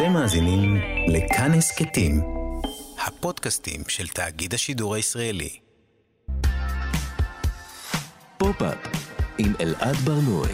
אתם מאזינים לכאן הסכתים, הפודקאסטים של תאגיד השידור הישראלי. פופ-אפ עם אלעד ברנועי.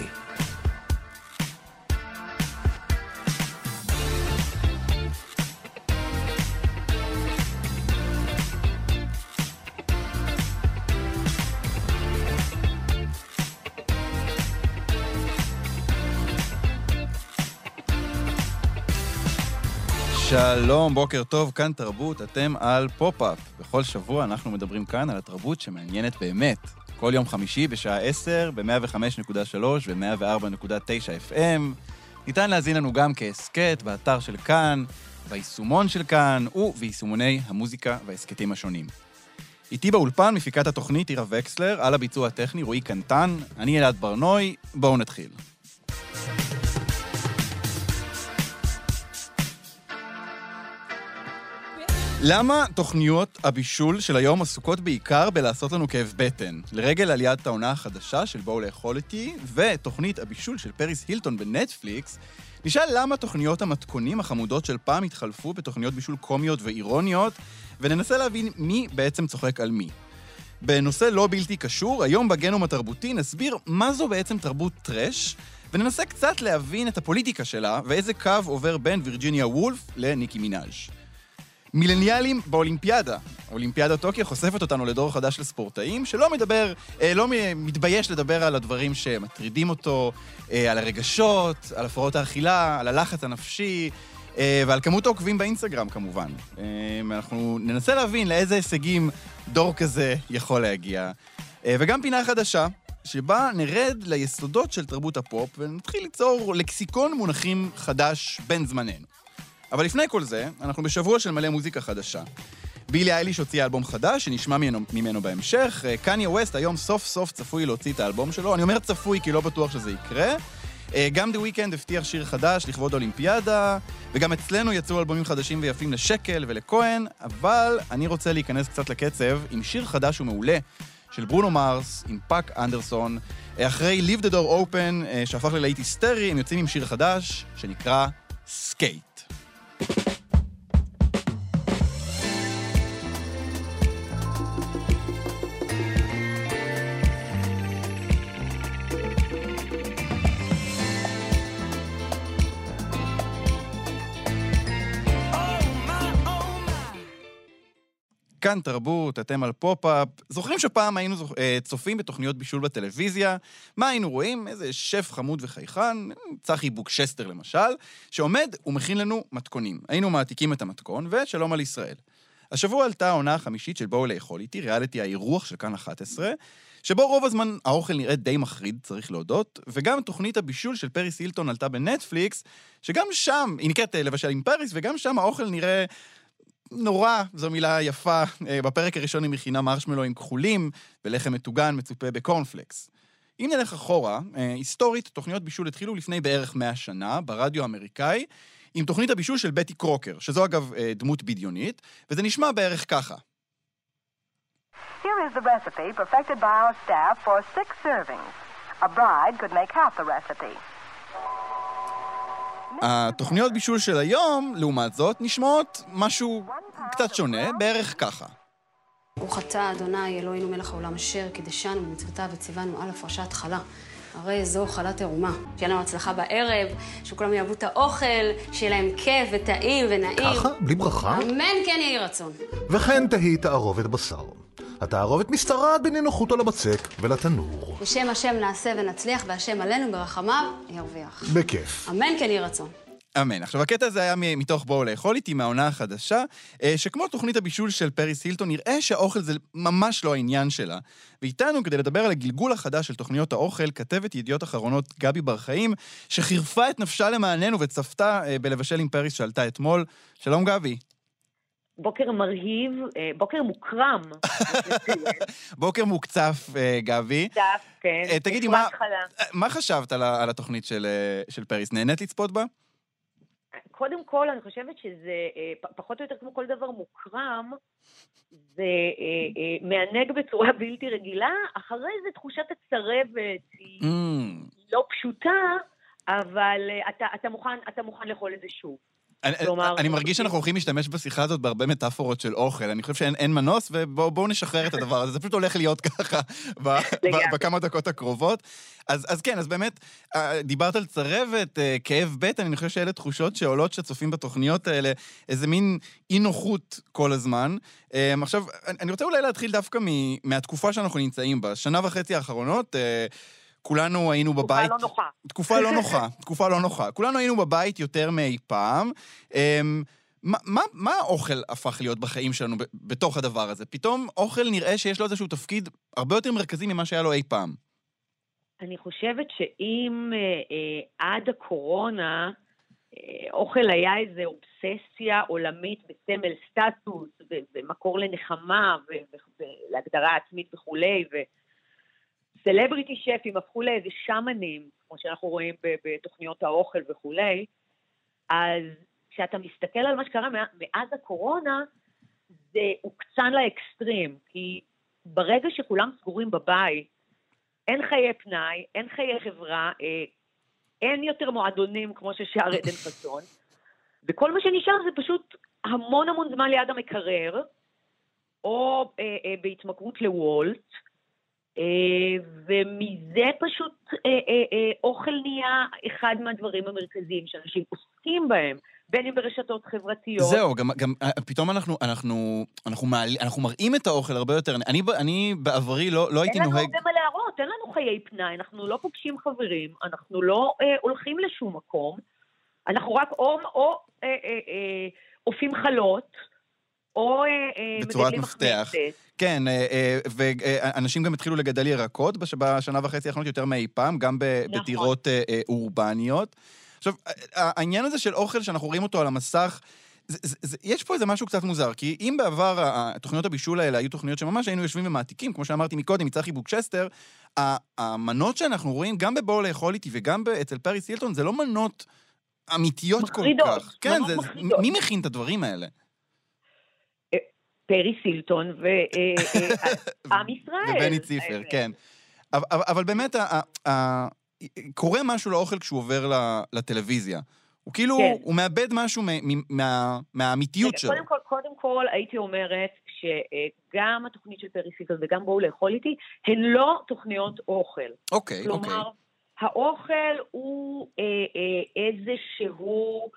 שלום, בוקר טוב, כאן תרבות, אתם על פופ-אפ. בכל שבוע אנחנו מדברים כאן על התרבות שמעניינת באמת. כל יום חמישי בשעה 10, ב-105.3 ו-104.9 FM. ניתן להזין לנו גם כעסקט באתר של כאן, ביישומון של כאן, וביישומוני המוזיקה והעסקטים השונים. איתי באולפן מפיקת התוכנית עירה וקסלר, על הביצוע הטכני רועי קנטן, אני אלעד ברנועי, בואו נתחיל. למה תוכניות הבישול של היום עסוקות בעיקר בלעשות לנו כאב בטן? לרגל עליית העונה החדשה של בואו לאכול איתי, ותוכנית הבישול של פריס הילטון בנטפליקס, נשאל למה תוכניות המתכונים החמודות של פעם התחלפו בתוכניות בישול קומיות ואירוניות, וננסה להבין מי בעצם צוחק על מי. בנושא לא בלתי קשור, היום בגנום התרבותי נסביר מה זו בעצם תרבות טרש, וננסה קצת להבין את הפוליטיקה שלה, ואיזה קו עובר בין וירג'יניה וולף לניקי מינאז'. מילניאלים באולימפיאדה. אולימפיאדה טוקיו חושפת אותנו לדור חדש של ספורטאים, שלא מתבייש לדבר על הדברים שמטרידים אותו, על הרגשות, על הפרעות האכילה, על הלחץ הנפשי, ועל כמות העוקבים באינסטגרם כמובן. אנחנו ננסה להבין לאיזה הישגים דור כזה יכול להגיע. וגם פינה חדשה, שבה נרד ליסודות של תרבות הפופ, ונתחיל ליצור לקסיקון מונחים חדש בין זמננו. אבל לפני כל זה, אנחנו בשבוע של מלא מוזיקה חדשה. בילי אייליש הוציא אלבום חדש, שנשמע ממנו בהמשך. קניה ווסט היום סוף סוף צפוי להוציא את האלבום שלו. אני אומר צפוי כי לא בטוח שזה יקרה. גם The Weeknd הבטיח שיר חדש לכבוד אולימפיאדה, וגם אצלנו יצאו אלבומים חדשים ויפים לשקל ולכהן, אבל אני רוצה להיכנס קצת לקצב עם שיר חדש ומעולה של ברונו מרס, עם פאק אנדרסון. אחרי Leave the Door Open, שהפך ללהיט היסטרי, הם יוצאים עם שיר חדש שנקרא Skate. כאן תרבות, אתם על פופ-אפ. זוכרים שפעם היינו צופים בתוכניות בישול בטלוויזיה? מה היינו רואים? איזה שף חמוד וחייכן, צחי בוקשסטר למשל, שעומד ומכין לנו מתכונים. היינו מעתיקים את המתכון, ושלום על ישראל. השבוע עלתה העונה החמישית של בואו לאכול איתי, ריאליטי האירוח של כאן 11, שבו רוב הזמן האוכל נראה די מחריד, צריך להודות, וגם תוכנית הבישול של פריס הילטון עלתה בנטפליקס, שגם שם, היא נקראת לבשל עם פריס, וגם שם האוכל נראה נורא, זו מילה יפה. בפרק הראשון היא מכינה מרשמלואים כחולים, ולחם מטוגן מצופה בקורנפלקס. אם נלך אחורה, היסטורית, תוכניות בישול התחילו לפני בערך 100 שנה, ברדיו האמריקאי, עם תוכנית הבישול של בטי קרוקר, שזו אגב דמות בדיונית, וזה נשמע בערך ככה. Here is the recipe perfected by our staff for 6 servings. A bride could make half the recipe. התוכניות בישול של היום, לעומת זאת, נשמעות משהו קצת שונה, בערך ככה. ברוך אתה, אדוני, אלוהינו מלך העולם אשר קידשנו במצוותיו וציוונו על הפרשת חלה. הרי זו חלה תרומה. שיהיה לנו הצלחה בערב, שכולם יאהבו את האוכל, שיהיה להם כיף וטעים ונעים. ככה? בלי ברכה? אמן, כן יהי רצון. וכן תהי תערובת בשר. התערובת משתרעת בנינוחות על הבצק ולתנור. בשם השם נעשה ונצליח, והשם עלינו ברחמיו ירוויח. בכיף. אמן, כן יהי רצון. אמן. עכשיו, הקטע הזה היה מתוך בואו לאכול איתי, מהעונה החדשה, שכמו תוכנית הבישול של פריס הילטון, נראה שהאוכל זה ממש לא העניין שלה. ואיתנו, כדי לדבר על הגלגול החדש של תוכניות האוכל, כתבת ידיעות אחרונות גבי בר חיים, שחירפה את נפשה למעננו וצפתה בלבשל עם פריס שעלתה אתמול. שלום גבי. בוקר מרהיב, בוקר מוקרם. בוקר מוקצף, גבי. כן. תגידי, מה חשבת על התוכנית של פריס? נהנית לצפות בה? קודם כל, אני חושבת שזה פחות או יותר כמו כל דבר מוקרם, זה מענג בצורה בלתי רגילה, אחרי זה תחושת הצרבת היא לא פשוטה, אבל אתה מוכן לאכול את זה שוב. אני מרגיש שאנחנו הולכים להשתמש בשיחה הזאת בהרבה מטאפורות של אוכל. אני חושב שאין מנוס, ובואו נשחרר את הדבר הזה. זה פשוט הולך להיות ככה בכמה דקות הקרובות. אז כן, אז באמת, דיברת על צרבת, כאב בטן, אני חושב שאלה תחושות שעולות שצופים בתוכניות האלה, איזה מין אי נוחות כל הזמן. עכשיו, אני רוצה אולי להתחיל דווקא מהתקופה שאנחנו נמצאים בה. 1.5 האחרונות, כולנו היינו בבית... תקופה לא נוחה. כולנו היינו בבית יותר מאי פעם. מה האוכל הפך להיות בחיים שלנו בתוך הדבר הזה? פתאום אוכל נראה שיש לו איזשהו תפקיד הרבה יותר מרכזי ממה שהיה לו אי פעם. אני חושבת שאם עד הקורונה אוכל היה איזו אובססיה עולמית בסמל סטטוס ומקור לנחמה ולהגדרה עצמית וכולי, סלבריטי שפים הפכו לאיזה שמנים, כמו שאנחנו רואים בתוכניות האוכל וכולי, אז כשאתה מסתכל על מה שקרה מאז הקורונה, זה הוקצן לאקסטרים, כי ברגע שכולם סגורים בבית, אין חיי פנאי, אין חיי חברה, אין יותר מועדונים כמו ששר עדן חסון, וכל מה שנשאר זה פשוט המון זמן ליד המקרר, או בהתמכרות לוולט, ומזה פשוט אוכל נהיה אחד מהדברים המרכזיים שאנשים עוסקים בהם, בין אם ברשתות חברתיות. זהו, גם פתאום אנחנו מראים את האוכל הרבה יותר. אני בעברי לא הייתי נוהג... אין לנו הרבה מה להראות, אין לנו חיי פנאי, אנחנו לא פוגשים חברים, אנחנו לא הולכים לשום מקום, אנחנו רק או אופים חלות, או בצורת מפתח. כן, ואנשים גם התחילו לגדל ירקות בשנה וחצי האחרונות יותר מאי פעם, גם בדירות אורבניות. עכשיו, העניין הזה של אוכל שאנחנו רואים אותו על המסך, יש פה איזה משהו קצת מוזר, כי אם בעבר התוכניות הבישול האלה היו תוכניות שממש היינו יושבים ומעתיקים, כמו שאמרתי מקודם, מצחי בוקשסטר, המנות שאנחנו רואים גם בבואו לאכול איתי וגם אצל פריס הילטון, זה לא מנות אמיתיות כל כך. כן, מי מכין את הדברים האלה? פריס הילטון ועם ישראל. ובני ציפר, כן. אבל באמת, קורה משהו לאוכל כשהוא עובר לטלוויזיה. הוא כאילו, הוא מאבד משהו מהאמיתיות שלו. קודם כל, הייתי אומרת שגם התוכנית של פריס הילטון וגם בואו לאכול איתי, הן לא תוכניות אוכל. אוקיי. כלומר, האוכל הוא איזשהו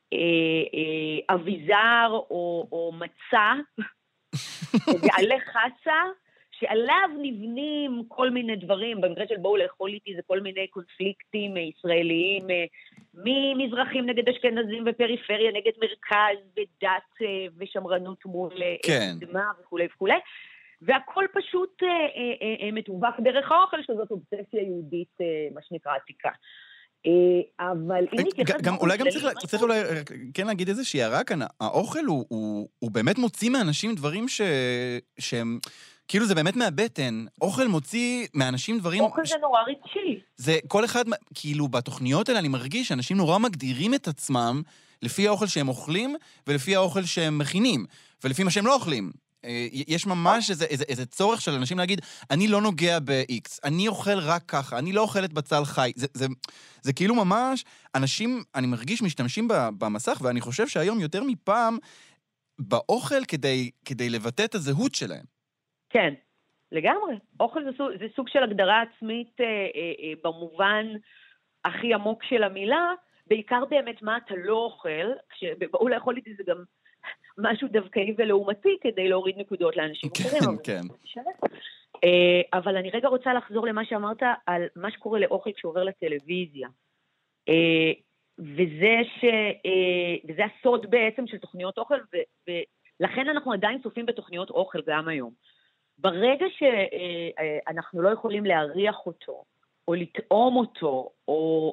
אביזר או מצע, ועלה חסה, שעליו נבנים כל מיני דברים, במקרה של בואו לאכול איתי זה כל מיני קונפליקטים ישראליים, ממזרחים נגד אשכנזים ופריפריה, נגד מרכז ודת ושמרנות מול קדמה וכולי וכולי, והכל פשוט מתווך דרך האוכל, שזאת אובססיה יהודית, מה שנקרא עתיקה. אבל אם נתייחס... אולי גם צריך אולי כן להגיד איזושהי הערה כאן, האוכל הוא באמת מוציא מאנשים דברים שהם... כאילו זה באמת מהבטן, אוכל מוציא מאנשים דברים... אוכל זה נורא רגשי. זה כל אחד, כאילו בתוכניות האלה אני מרגיש שאנשים נורא מגדירים את עצמם לפי האוכל שהם אוכלים ולפי האוכל שהם מכינים, ולפי מה שהם לא אוכלים. יש ממש איזה צורך של אנשים להגיד, אני לא נוגע ב-X, אני אוכל רק ככה, אני לא אוכלת בצל חי. זה כאילו ממש, אנשים, אני מרגיש, משתמשים במסך, ואני חושב שהיום יותר מפעם באוכל כדי לבטא את הזהות שלהם. כן, לגמרי. אוכל זה סוג של הגדרה עצמית במובן הכי עמוק של המילה, בעיקר באמת מה אתה לא אוכל, כשבואו לאכול איתי זה גם משהו דווקאי ולעומתי, כדי להוריד נקודות לאנשים אחרים. כן, כן. אבל אני רגע רוצה לחזור למה שאמרת, על מה שקורה לאוכל כשעובר לטלוויזיה. וזה הסוד בעצם של תוכניות אוכל, ולכן אנחנו עדיין צופים בתוכניות אוכל גם היום. ברגע שאנחנו לא יכולים להריח אותו, או לטעום אותו, או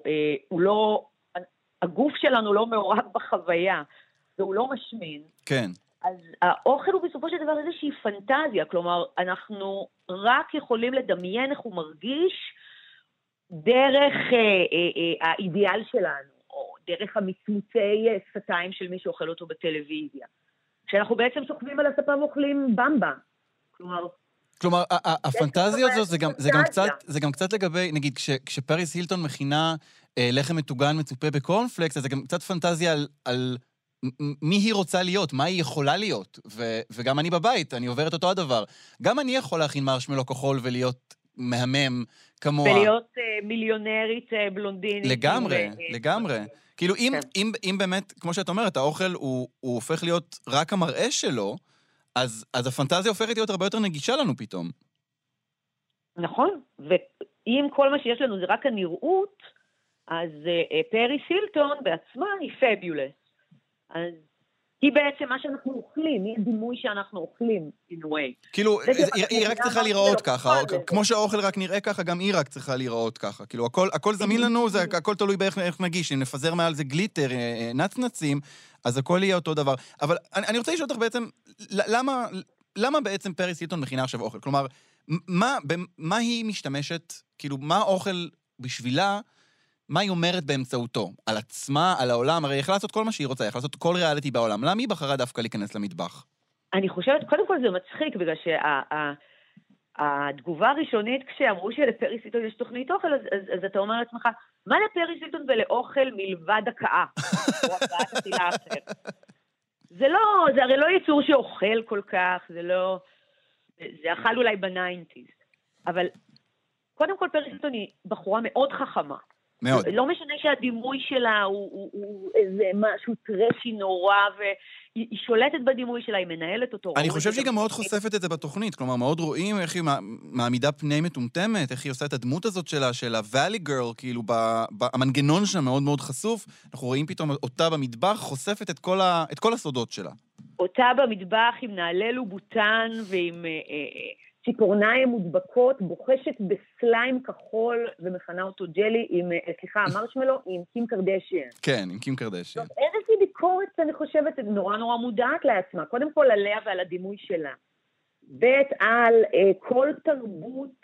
הגוף שלנו לא מעורב בחוויה, והוא לא משמין, כן. אז האוכל הוא בסופו של דבר איזושהי פנטזיה, כלומר, אנחנו רק יכולים לדמיין איך הוא מרגיש דרך האידיאל שלנו, או דרך המצמוצי שפתיים של מי שאוכל אותו בטלוויזיה. כשאנחנו בעצם שוכבים על הספה ואוכלים במבה. כלומר, הפנטזיה הזו זה גם קצת לגבי, נגיד, כשפריס הילטון מכינה לחם מטוגן מצופה בקורנפלקס, אז זה גם קצת פנטזיה על מי היא רוצה להיות, מה היא יכולה להיות. וגם אני בבית, אני עובר את אותו הדבר. גם אני יכול להכין מרשמלו כחול ולהיות מהמם כמוה. ולהיות מיליונרית בלונדינית. לגמרי. כאילו, אם באמת, כמו שאת אומרת, האוכל הוא הופך להיות רק המראה שלו, אז הפנטזיה הופכת להיות הרבה יותר נגישה לנו פתאום. נכון, ואם כל מה שיש לנו זה רק הנראות, אז פריס הילטון בעצמה היא פביולס. אז היא בעצם מה שאנחנו אוכלים, היא הדימוי שאנחנו אוכלים, in a way. כאילו, היא רק צריכה להיראות ככה, כמו שהאוכל רק נראה ככה, גם היא רק צריכה להיראות ככה. כאילו, הכל זמין לנו, הכל תלוי באיך נגיש, אם נפזר מעל זה גליטר, נצנצים, אז הכל יהיה אותו דבר. אבל אני רוצה לשאול אותך בעצם, למה בעצם פריס הילטון מכינה עכשיו אוכל? כלומר, מה היא משתמשת, כאילו, מה האוכל בשבילה, מה היא אומרת באמצעותו? על עצמה, על העולם? הרי היא יכולה לעשות כל מה שהיא רוצה, היא יכולה לעשות כל ריאליטי בעולם. למה היא בחרה דווקא להיכנס למטבח? אני חושבת, קודם כל זה מצחיק, בגלל שהתגובה הראשונית, כשאמרו שלפריס הילטון יש תוכנית אוכל, אז אתה אומר לעצמך, מה לפריס הילטון ולאוכל מלבד הקאה? או הקאת אכילה אחרת. זה הרי לא יצור שאוכל כל כך, זה אכל אולי בניינטיז. אבל קודם כל פריס הילטון היא בחורה מאוד חכמה. מאוד. לא משנה שהדימוי שלה הוא איזה משהו טרשי נורא, והיא שולטת בדימוי שלה, היא מנהלת אותו. אני חושב שהיא גם מאוד חושפת את זה בתוכנית, כלומר, מאוד רואים איך היא מעמידה פני מטומטמת, איך היא עושה את הדמות הזאת שלה, של ה-Valley Girl, כאילו, המנגנון שלה מאוד מאוד חשוף, אנחנו רואים פתאום אותה במטבח, חושפת את כל הסודות שלה. אותה במטבח עם נעלי לובוטן ועם ציפורניים מודבקות, בוחשת בסליים כחול ומכנה אותו ג'לי עם, מרשמלו עם קים קרדשיאן. כן, עם קים קרדשיאן. איזושהי ביקורת, אני חושבת, נורא נורא מודעת לעצמה. קודם כל עליה ועל הדימוי שלה. בית על כל תרבות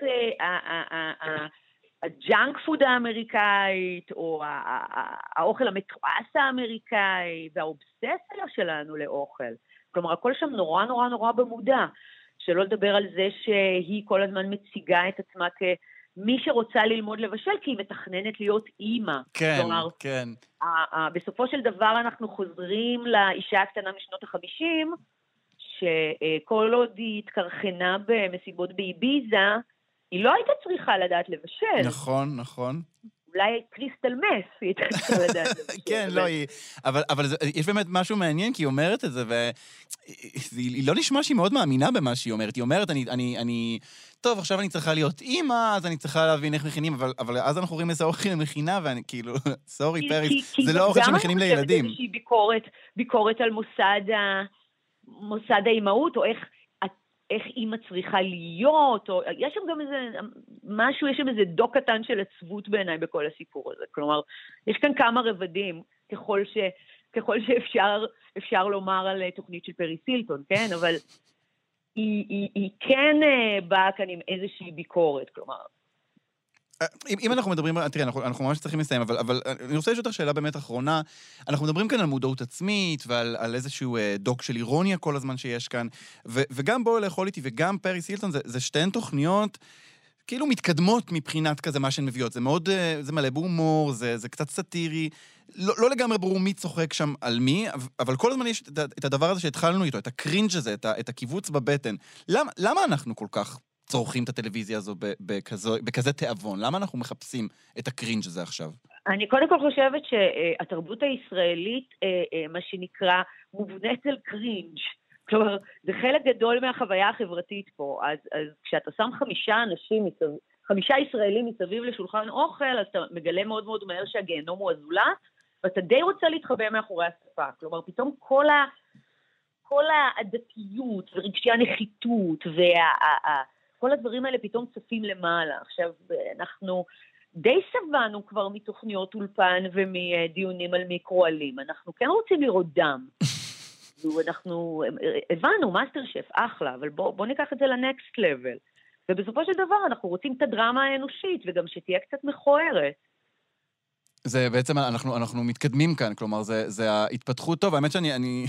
הג'אנק פוד האמריקאית, או האוכל המתועש האמריקאי, והאובססיה שלנו לאוכל. כלומר, הכל שם נורא נורא נורא במודע. שלא לדבר על זה שהיא כל הזמן מציגה את עצמה כמי שרוצה ללמוד לבשל, כי היא מתכננת להיות אימא. כן, כלומר, כן. בסופו של דבר אנחנו חוזרים לאישה הקטנה משנות ה-50, שכל עוד היא התקרחנה במסיבות באיביזה, היא לא הייתה צריכה לדעת לבשל. נכון, נכון. אולי קריסטל מס, היא הייתה צריכה לדעת לבשל. כן, לא, אבל יש באמת משהו מעניין, כי היא אומרת את זה, והיא לא נשמע שהיא מאוד מאמינה במה שהיא אומרת. היא אומרת, טוב, עכשיו אני צריכה להיות אימא, אז אני צריכה להבין איך מכינים, אבל אז אנחנו רואים איזה אוכל למכינה, ואני כאילו, סורי פריס, זה לא אוכל שמכינים לילדים. גם אני חושבת איזושהי ביקורת על מוסד האימהות, או איך אימא צריכה להיות, או יש שם גם איזה משהו, יש שם איזה דוק קטן של עצבות בעיניי בכל הסיפור הזה. כלומר, יש כאן כמה רבדים, ככל שאפשר לומר על תוכנית של פריס הילטון, כן? אבל היא כן באה כאן עם איזושהי ביקורת, כלומר. אם אנחנו מדברים, תראה, אנחנו ממש צריכים לסיים, אבל אני רוצה לשאול אותך שאלה באמת אחרונה. אנחנו מדברים כאן על מודעות עצמית, ועל איזשהו דוק של אירוניה כל הזמן שיש כאן, וגם בואו לאכול איתי, וגם פריס הילטון, זה שתיהן תוכניות כאילו מתקדמות מבחינת כזה מה שהן מביאות. זה מאוד, זה מלא בהומור, זה קצת סטירי, לא לגמרי ברור מי צוחק שם על מי, אבל כל הזמן יש את הדבר הזה שהתחלנו איתו, את הקרינג' הזה, את הקיבוץ בבטן. למה אנחנו כל כך צורכים את הטלוויזיה הזו בכזה תיאבון? למה אנחנו מחפשים את הקרינג' הזה עכשיו? אני קודם כל חושבת שהתרבות הישראלית, מה שנקרא, מובנית על קרינג'. כלומר, זה חלק גדול מהחוויה החברתית פה. אז כשאתה שם 5 ישראלים מסביב לשולחן אוכל, אז אתה מגלה מאוד מאוד מהר שהגיהנום הוא הזולה, ואתה די רוצה להתחבא מאחורי השפה. כלומר, פתאום כל הדתיות ורגשי הנחיתות כל הדברים האלה פתאום צפים למעלה. עכשיו, אנחנו די סבנו כבר מתוכניות אולפן ומדיונים על מיקרואלים. אנחנו כן רוצים לראות דם. אנחנו הבנו, מאסטר שף, אחלה, אבל בוא ניקח את זה לנקסט לבל. ובסופו של דבר אנחנו רוצים את הדרמה האנושית, וגם שתהיה קצת מכוערת. זה בעצם, אנחנו מתקדמים כאן, כלומר, זה ההתפתחות טוב. האמת שאני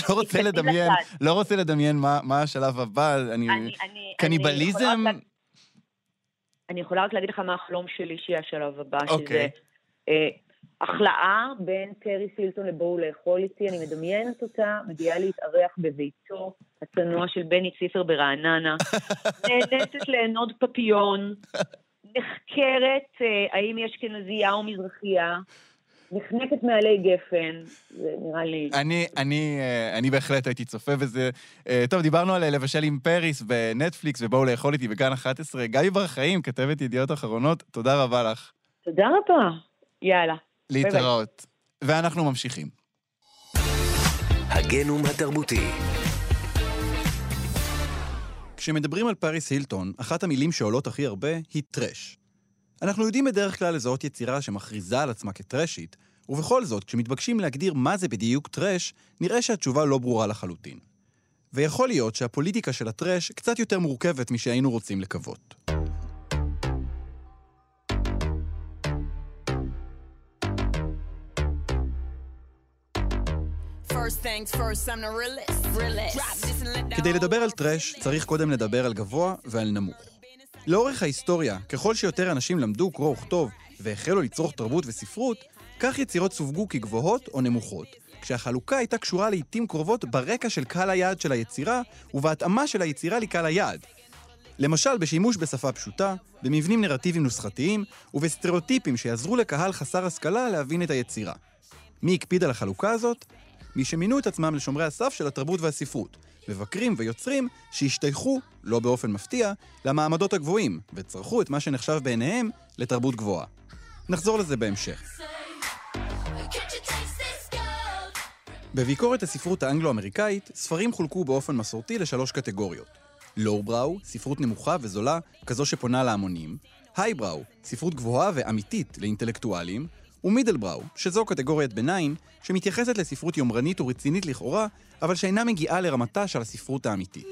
לא רוצה לדמיין מה השלב הבא, קניבליזם. אני יכולה רק להגיד לך מה החלום שלי שיהיה השלב הבא, שזה החלאה בין פריס הילטון לבואו לאכול איתי, אני מדמיינת אותה, מגיעה להתארח בביתו הצנוע של בני ציפר ברעננה, נהנתת לענוד פפיון, נחקרת האם יש אשכנזייה או מזרחייה, נחנקת מעלי גפן, זה נראה לי... אני בהחלט הייתי צופה בזה. טוב, דיברנו על לבשל עם פריס בנטפליקס, ובואו לאכול איתי בכאן 11. גבי בר חיים, כתבת ידיעות אחרונות, תודה רבה לך. תודה רבה. יאללה. להתראות. ואנחנו ממשיכים. הגנום התרבותי. כשמדברים על פריס הילטון, אחת המילים שעולות הכי הרבה היא טרש. אנחנו יודעים בדרך כלל לזהות יצירה שמכריזה על עצמה כטרשית, ובכל זאת, כשמתבקשים להגדיר מה זה בדיוק טרש, נראה שהתשובה לא ברורה לחלוטין. ויכול להיות שהפוליטיקה של הטרש קצת יותר מורכבת משהיינו רוצים לקוות. כדי לדבר על טרש, צריך קודם לדבר על גבוה ועל נמוך. לאורך ההיסטוריה, ככל שיותר אנשים למדו קרוא וכתוב והחלו לצרוך תרבות וספרות, כך יצירות סווגו כגבוהות או נמוכות, כשהחלוקה הייתה קשורה לעתים קרובות ברקע של קהל היעד של היצירה ובהתאמה של היצירה לקהל היעד. למשל, בשימוש בשפה פשוטה, במבנים נרטיביים נוסחתיים ובסטריאוטיפים שיעזרו לקהל חסר השכלה להבין את היצירה. מי הקפיד על החלוקה הזאת? מי שמינו את עצמם לשומרי הסף של התרבות והספרות, מבקרים ויוצרים שהשתייכו, לא באופן מפתיע, למעמדות הגבוהים, וצרכו את מה שנחשב בעיניהם לתרבות גבוהה. נחזור לזה בהמשך. בביקורת הספרות האנגלו-אמריקאית, ספרים חולקו באופן מסורתי לשלוש קטגוריות. לואו-בראו, ספרות נמוכה וזולה, כזו שפונה להמונים, היי-בראו, ספרות גבוהה ואמיתית לאינטלקטואלים, ומידל-בראו, שזו קטגוריית ביניים, שמתייחסת לספרות יומרנית ורצינית לכאורה, אבל שאינה מגיעה לרמתה של הספרות האמיתית.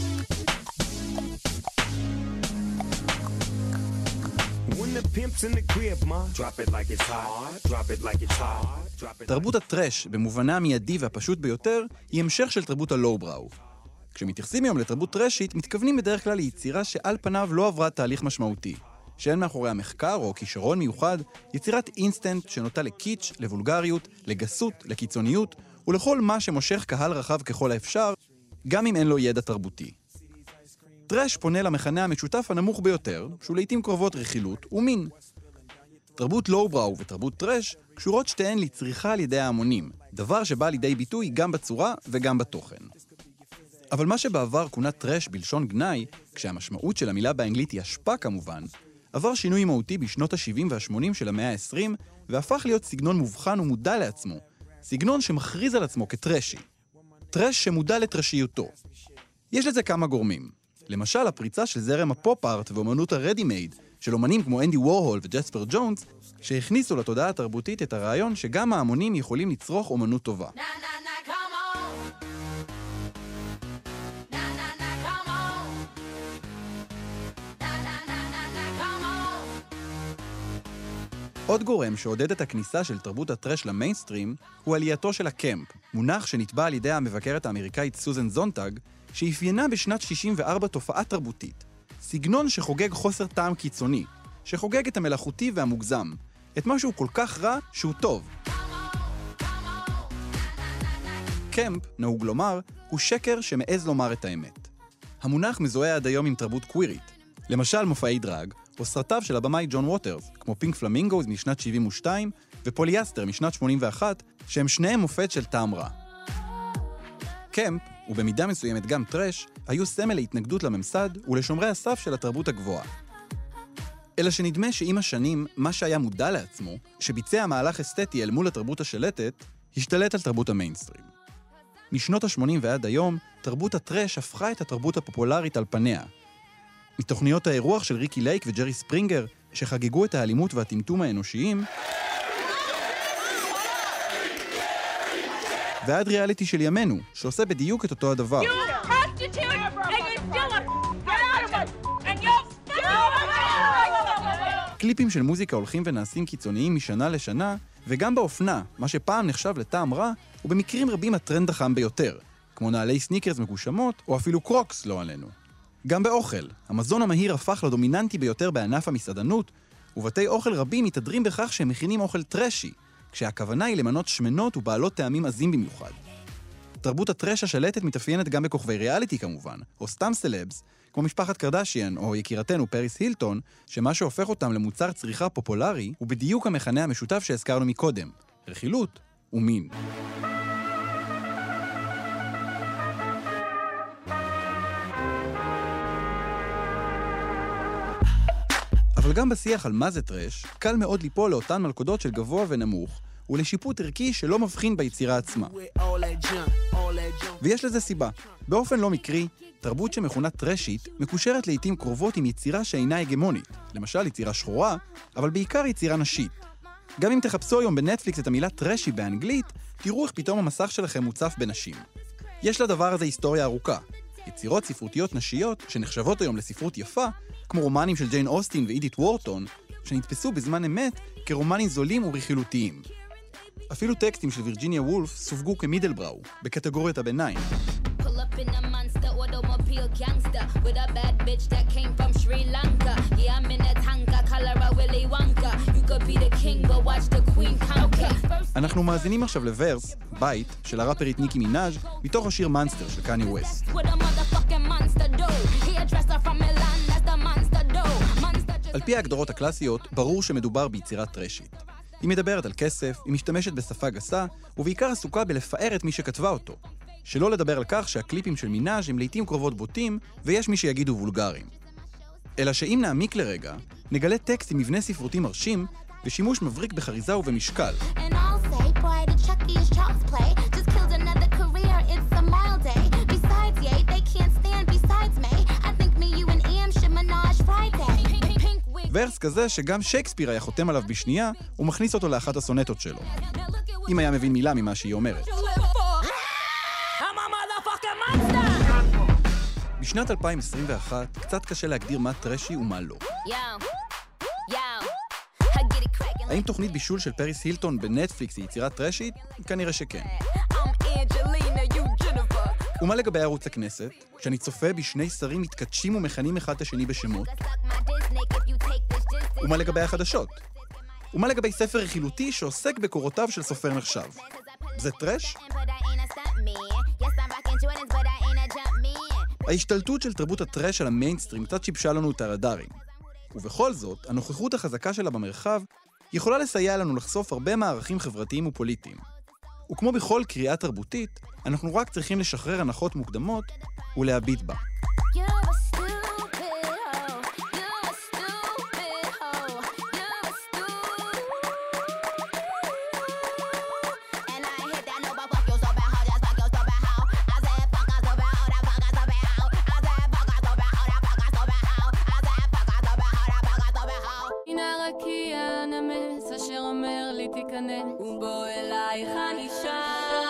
תרבות הטרש, במובנה המיידי והפשוט ביותר, היא המשך של תרבות הלואו-בראו. כשמתייחסים היום לתרבות טרשית, מתכוונים בדרך כלל ליצירה שעל פניו לא עברה תהליך משמעותי. שאין מאחוריה מחקר או כישרון מיוחד, יצירת אינסטנט שנוטה לקיץ', לבולגריות, לגסות, לקיצוניות, ולכל מה שמושך קהל רחב ככל האפשר, גם אם אין לו ידע תרבותי. טרש פונה למכנה המשותף הנמוך ביותר, שהוא לעתים קרובות רכילות ומין. תרבות לואו-בראו ותרבות טרש קשורות שתיהן לצריכה על ידי ההמונים, דבר שבא לידי ביטוי גם בצורה וגם בתוכן. אבל מה שבעבר כונה טרש בלשון גנאי, כשהמשמעות של המילה באנגלית היא השפעה כמובן, עבר שינוי מהותי בשנות ה-70 וה-80 של המאה ה-20, והפך להיות סגנון מובחן ומודע לעצמו, סגנון שמכריז על עצמו כטרשי. טרש שמודע לטרשיותו. יש לזה כמה גורמים. למשל, הפריצה של זרם הפופ-ארט ואומנות הרדי-מייד, של אומנים כמו אנדי וורהול וג'ספר ג'ונס, שהכניסו לתודעה התרבותית את הרעיון שגם ההמונים יכולים לצרוך אומנות טובה. עוד גורם שעודד את הכניסה של תרבות הטרש למיינסטרים הוא עלייתו של הקמפ, מונח שנטבע על ידי המבקרת האמריקאית סוזן זונטג, שאפיינה בשנת 64 תופעה תרבותית, סגנון שחוגג חוסר טעם קיצוני, שחוגג את המלאכותי והמוגזם, את משהו כל כך רע שהוא טוב. קמפ, נהוג לומר, הוא שקר שמעז לומר את האמת. המונח מזוהה עד היום עם תרבות קווירית, למשל מופעי דרג, או סרטיו של הבמאי ג'ון ווטרס, כמו פינק פלמינגוז משנת 72 ופוליאסטר משנת 81, שהם שניהם מופת של טעם רע. קמפ, ובמידה מסוימת גם טרש, היו סמל להתנגדות לממסד ולשומרי הסף של התרבות הגבוהה. אלא שנדמה שעם השנים, מה שהיה מודע לעצמו, שביצע מהלך אסתטי אל מול התרבות השלטת, השתלט על תרבות המיינסטרים. משנות ה-80 ועד היום, תרבות הטרש הפכה את התרבות הפופולרית על פניה. מתוכניות האירוח של ריקי לייק וג'רי ספרינגר, שחגגו את האלימות והטמטום האנושיים, ועד ריאליטי של ימינו, שעושה בדיוק את אותו הדבר. קליפים של מוזיקה הולכים ונעשים קיצוניים משנה לשנה, וגם באופנה, מה שפעם נחשב לטעם רע, ובמקרים רבים הטרנד החם ביותר, כמו נעלי סניקרס מגושמות, או אפילו קרוקס, לא עלינו. גם באוכל, המזון המהיר הפך לדומיננטי ביותר בענף המסעדנות, ובתי אוכל רבים מתהדרים בכך שהם מכינים אוכל טרשי, כשהכוונה היא למנות שמנות ובעלות טעמים עזים במיוחד. תרבות הטרש השלטת מתאפיינת גם בכוכבי ריאליטי כמובן, או סתם סלבס, כמו משפחת קרדשיאן או יקירתנו פריס הילטון, שמה שהופך אותם למוצר צריכה פופולרי הוא בדיוק המכנה המשותף שהזכרנו מקודם, רכילות ומין. אבל גם בשיח על מה זה טרש, קל מאוד ליפול לאותן מלכודות של גבוה ונמוך, ולשיפוט ערכי שלא מבחין ביצירה עצמה. ויש לזה סיבה. באופן לא מקרי, תרבות שמכונה טרשית מקושרת לעתים קרובות עם יצירה שאינה הגמונית, למשל יצירה שחורה, אבל בעיקר יצירה נשית. גם אם תחפשו היום בנטפליקס את המילה טרשי באנגלית, תראו איך פתאום המסך שלכם מוצף בנשים. יש לדבר הזה היסטוריה ארוכה. יצירות ספרותיות נשיות שנחשבות היום לספרות יפה, כמו רומנים של ג'יין אוסטין ואידית וורטון, שנתפסו בזמן אמת כרומנים זולים ורכילותיים. אפילו טקסטים של וירג'יניה וולף סווגו כמידלבראו, בקטגוריית הביניים. אנחנו מאזינים עכשיו לוורס, בית, של הראפרית ניקי מינאז' מתוך השיר מונסטר של קניה ווסט. על פי ההגדרות הקלאסיות, ברור שמדובר ביצירת טרשית. היא מדברת על כסף, היא משתמשת בשפה גסה, ובעיקר עסוקה בלפאר את מי שכתבה אותו. שלא לדבר על כך שהקליפים של מינאז' הם לעתים קרובות בוטים, ויש מי שיגידו וולגרים. אלא שאם נעמיק לרגע, נגלה טקסט עם מבנה ספרותי מרשים, ושימוש מבריק בחריזה ובמשקל. ורס כזה שגם שייקספיר היה חותם עליו בשנייה, הוא מכניס אותו לאחת הסונטות שלו. אם היה מבין מילה ממה שהיא אומרת. בשנת 2021 קצת קשה להגדיר מה טרשי ומה לא. האם תוכנית בישול של פריס הילטון בנטפליקס היא יצירה טרשית? כנראה שכן. ומה לגבי ערוץ הכנסת, כשאני צופה בשני שרים מתקדשים ומכנים אחד את השני בשמות? ומה לגבי החדשות? ומה לגבי ספר רכילותי שעוסק בקורותיו של סופר נחשב? זה טרש? ההשתלטות של תרבות הטרש על המיינסטרים קצת שיבשה לנו את הרדארים. ובכל זאת, הנוכחות החזקה שלה במרחב יכולה לסייע לנו לחשוף הרבה מערכים חברתיים ופוליטיים. וכמו בכל קריאה תרבותית, אנחנו רק צריכים לשחרר הנחות מוקדמות ולהביט בה. ובוא אלייך הנישה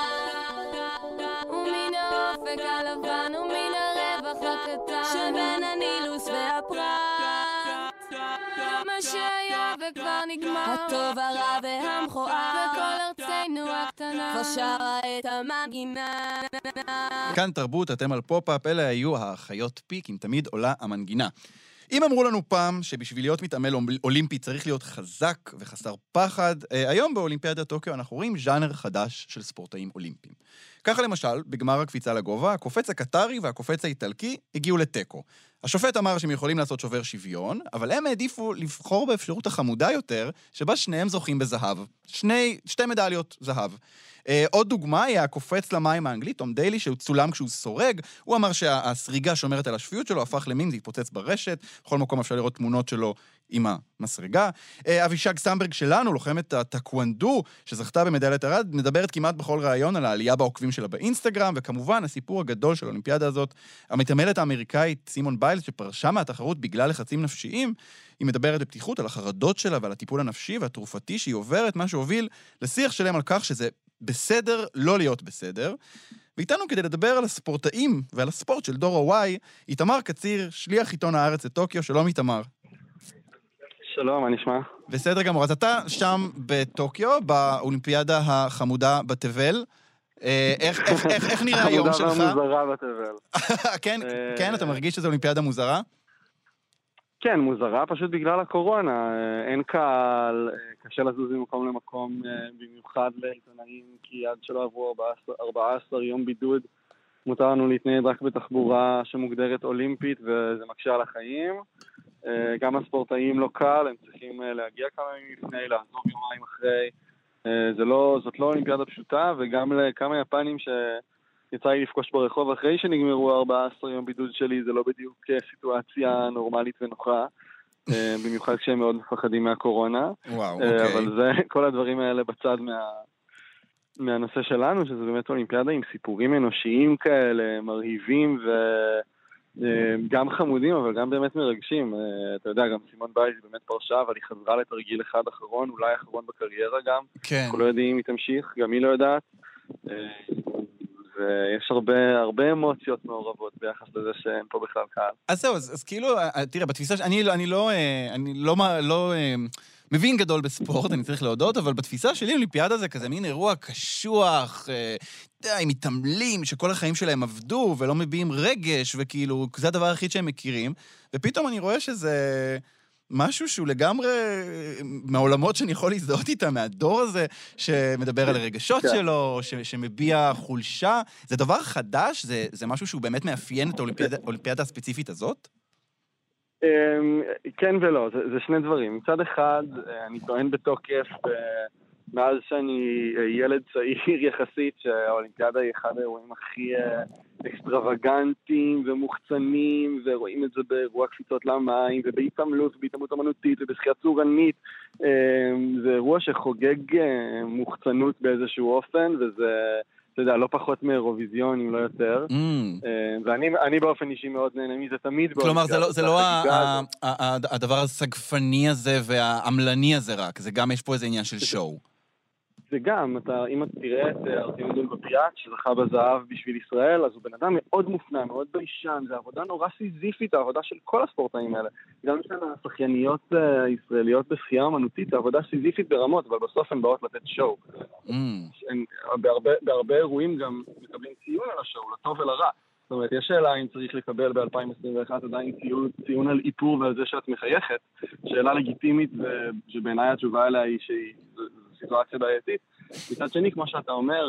ומן האופק הלבן ומן הרווח הקטן שבין הנילוס והפרט מה שהיה וכבר נגמר הטוב הרע והמכוער וכל ארצנו הקטנה כבר שרה את המנגינה. כאן תרבות, אתם על פופ-אפ, אלה היו החיות פיק, אם תמיד עולה המנגינה. אם אמרו לנו פעם שבשביל להיות מתעמל אולימפי צריך להיות חזק וחסר פחד, היום באולימפיאדת טוקיו אנחנו רואים ז'אנר חדש של ספורטאים אולימפיים. ככה למשל, בגמר הקפיצה לגובה, הקופץ הקטרי והקופץ האיטלקי הגיעו לטקו. השופט אמר שהם יכולים לעשות שובר שוויון, אבל הם העדיפו לבחור באפשרות החמודה יותר, שבה שניהם זוכים בזהב. שתי מדליות זהב. עוד דוגמה היא הקופץ למים האנגלית, תום דיילי, שהוא צולם כשהוא סורג. הוא אמר שהסריגה שומרת על השפיות שלו, הפך למים, זה התפוצץ ברשת. בכל מקום אפשר לראות תמונות שלו עם המסרגה. אבישג סמברג שלנו, לוחמת הטקוונדו, שזכתה במדליית ארד, מדברת כמעט בכל ראיון על העלייה בעוקבים שלה באינסטגרם, וכמובן הסיפור הגדול של האולימפיאדה הזאת, המתעמלת האמריקאית סימון ביילס, שפרשה מהתחרות בגלל לחצים נפשיים, היא מדברת בפתיחות על החרדות שלה ועל הטיפול הנפשי והתרופתי שהיא עוברת, מה שהוביל לשיח שלהם על כך שזה בסדר לא להיות בסדר. ואיתנו כדי לדבר על הספורטאים ועל הספורט של דור ה-Y, איתמר קציר, שליח עיתון הארץ לטוקיו. שלום איתמר. שלום, מה נשמע? בסדר גמור. אז אתה שם בטוקיו, באולימפיאדה החמודה בתבל. איך נראה היום שלך? החמודה והמוזרה בתבל. כן, אתה מרגיש שזו אולימפיאדה מוזרה? כן, מוזרה, פשוט בגלל הקורונה. אין קהל, קשה לזוז ממקום למקום, במיוחד לעיתונאים, כי עד שלא עברו 14 יום בידוד, מותר לנו להתנייד רק בתחבורה שמוגדרת אולימפית, וזה מקשה על החיים. גם הספורטאים לא קל, הם צריכים להגיע כמה ימים לפני, לעזוב יומיים אחרי. זאת לא אולימפיאדה פשוטה, וגם לכמה יפנים שיצא לי לפגוש ברחוב אחרי שנגמרו 14 יום בידוד שלי, זה לא בדיוק סיטואציה נורמלית ונוחה, במיוחד כשהם מאוד מפחדים מהקורונה. וואו, אוקיי. אבל זה, כל הדברים האלה בצד מהנושא שלנו, שזה באמת אולימפיאדה עם סיפורים אנושיים כאלה, מרהיבים וגם חמודים, אבל גם באמת מרגשים. אתה יודע, גם סימון בייז באמת פרשה, אבל היא חזרה לתרגיל אחד אחרון, אולי אחרון בקריירה גם. כן. אנחנו לא יודעים אם היא תמשיך, גם היא לא יודעת. ויש הרבה אמוציות מעורבות ביחס לזה שאין פה בכלל קהל. אז זהו, אז כאילו, תראה, בתפיסה אני לא מבין גדול בספורט, אני צריך להודות, אבל בתפיסה שלי אולימפיאדה זה כזה מין אירוע קשוח, עם מתעמלים שכל החיים שלהם עבדו ולא מביעים רגש, וכאילו, זה הדבר היחיד שהם מכירים, ופתאום אני רואה שזה משהו שהוא לגמרי מהעולמות שאני יכול להזדהות איתה, מהדור הזה שמדבר על הרגשות שלו, שמביע חולשה. זה דבר חדש? זה משהו שהוא באמת מאפיין את האולימפיאדה הספציפית הזאת? כן ולא, זה שני דברים. מצד אחד, אני טוען בתוקף, מאז שאני ילד צעיר יחסית, שהאולימפיאדה היא אחד האירועים הכי אקסטרווגנטיים ומוחצנים, ורואים את זה באירוע קפיצות למים, ובהתעמלות, ובהתעמלות אמנותית, ובשחייה צורנית. זה אירוע שחוגג מוחצנות באיזשהו אופן, וזה, אתה יודע, לא פחות מאירוויזיון, אם לא יותר. ואני באופן אישי מאוד נהנה מזה תמיד. כלומר, זה לא הדבר הסגפני הזה והעמלני הזה רק, זה גם יש פה איזה עניין של שואו. זה גם, אם אתה תראה את ארטיום דולגופיאט, שזכה בזהב בשביל ישראל, אז הוא בן אדם מאוד מופנע, מאוד ביישן, זה עבודה נורא סיזיפית, העבודה של כל הספורטאים האלה. גם של השחייניות ישראליות בשחייה אמנותית, זה עבודה סיזיפית ברמות, אבל בסוף הן באות לתת שואו. בהרבה אירועים גם מקבלים ציון על השואו, לטוב ולרע. זאת אומרת, יש שאלה אם צריך לקבל ב-2021 עדיין ציון על איפור ועל זה שאת מחייכת. שאלה לגיטימית, שבעיניי התשובה אליה היא שהיא סיטואציה בעייתית. מצד שני, כמו שאתה אומר,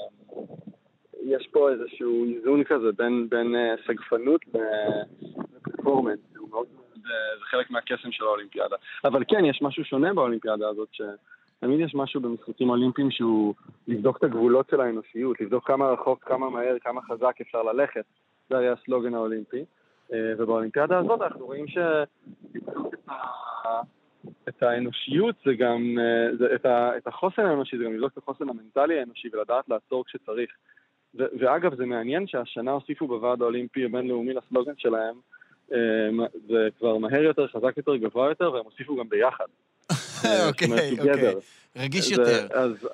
יש פה איזשהו איזון כזה בין סגפנות ופרפורמנס. זה חלק מהקסם של האולימפיאדה. אבל כן, יש משהו שונה באולימפיאדה הזאת, שתמיד יש משהו במשחקים אולימפיים שהוא לבדוק את הגבולות של האנושיות, לבדוק כמה רחוק, כמה מהר, כמה חזק אפשר ללכת. זה היה הסלוגן האולימפי. ובאולימפיאדה הזאת אנחנו רואים שלבדוק את האנושיות, זה גם, את החוסן האנושי, זה גם לבדוק את החוסן המנטלי האנושי ולדעת לעצור כשצריך. ואגב, זה מעניין שהשנה הוסיפו בוועד האולימפי הבינלאומי לסלוגן שלהם, זה כבר מהר יותר, חזק יותר, גבוה יותר, והם הוסיפו גם ביחד. אוקיי. רגיש יותר.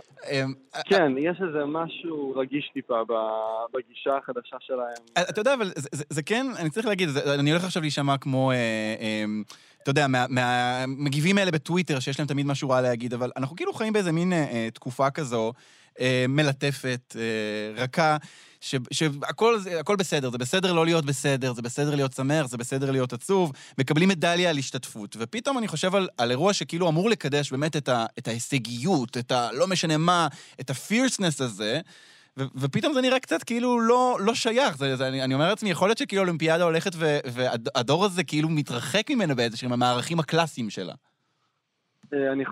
כן, יש איזה משהו רגיש טיפה בגישה החדשה שלהם. אתה יודע, אבל זה כן, אני צריך להגיד, אני הולך עכשיו להישמע כמו, אתה יודע, מהמגיבים האלה בטוויטר, שיש להם תמיד משהו רע להגיד, אבל אנחנו כאילו חיים באיזה מין תקופה כזו, מלטפת, רכה, שהכל בסדר, זה בסדר לא להיות בסדר, זה בסדר להיות שמח, זה בסדר להיות עצוב, מקבלים מדליה על השתתפות, ופתאום אני חושב על אירוע שכאילו אמור לקדש באמת את ההישגיות, את לא משנה מה, את הפירסנס הזה, ופתאום זה נראה קצת כאילו לא שייך, אני אומר לעצמי, יכול להיות שכאילו אולימפיאדה הולכת והדור הזה כאילו מתרחק ממנו באיזשהם המערכים הקלאסיים שלה. אני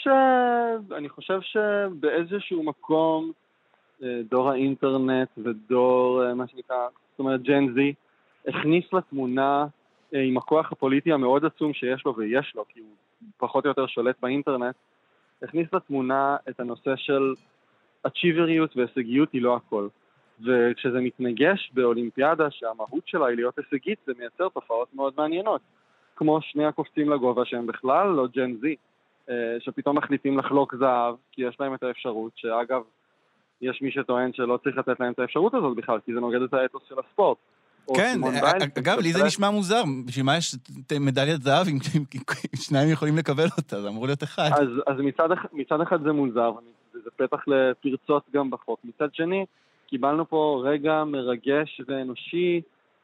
חושב שבאיזשהו מקום דור האינטרנט ודור, מה שנקרא, זאת אומרת ג'ן זי, הכניס לתמונה עם הכוח הפוליטי המאוד עצום שיש לו ויש לו, כי הוא פחות או יותר שולט באינטרנט, הכניס לתמונה את הנושא של אצ'יבריות והישגיות היא לא הכל. וכשזה מתנגש באולימפיאדה שהמהות שלה היא להיות הישגית, זה מייצר תופעות מאוד מעניינות. כמו שני הקופצים לגובה שהם בכלל לא ג'ן זי, שפתאום מחליטים לחלוק זהב, כי יש להם את האפשרות, שאגב, יש מי שטוען שלא צריך לתת להם את האפשרות הזאת בכלל, כי זה נוגד את האתוס של הספורט. כן, אגב, לי זה נשמע מוזר, בשביל מה יש מדליית זהב אם שניים יכולים לקבל אותה, זה אמור להיות אחד. אז מצד אחד זה מוזר, וזה פתח לפרצות גם בחוק. מצד שני, קיבלנו פה רגע מרגש ואנושי,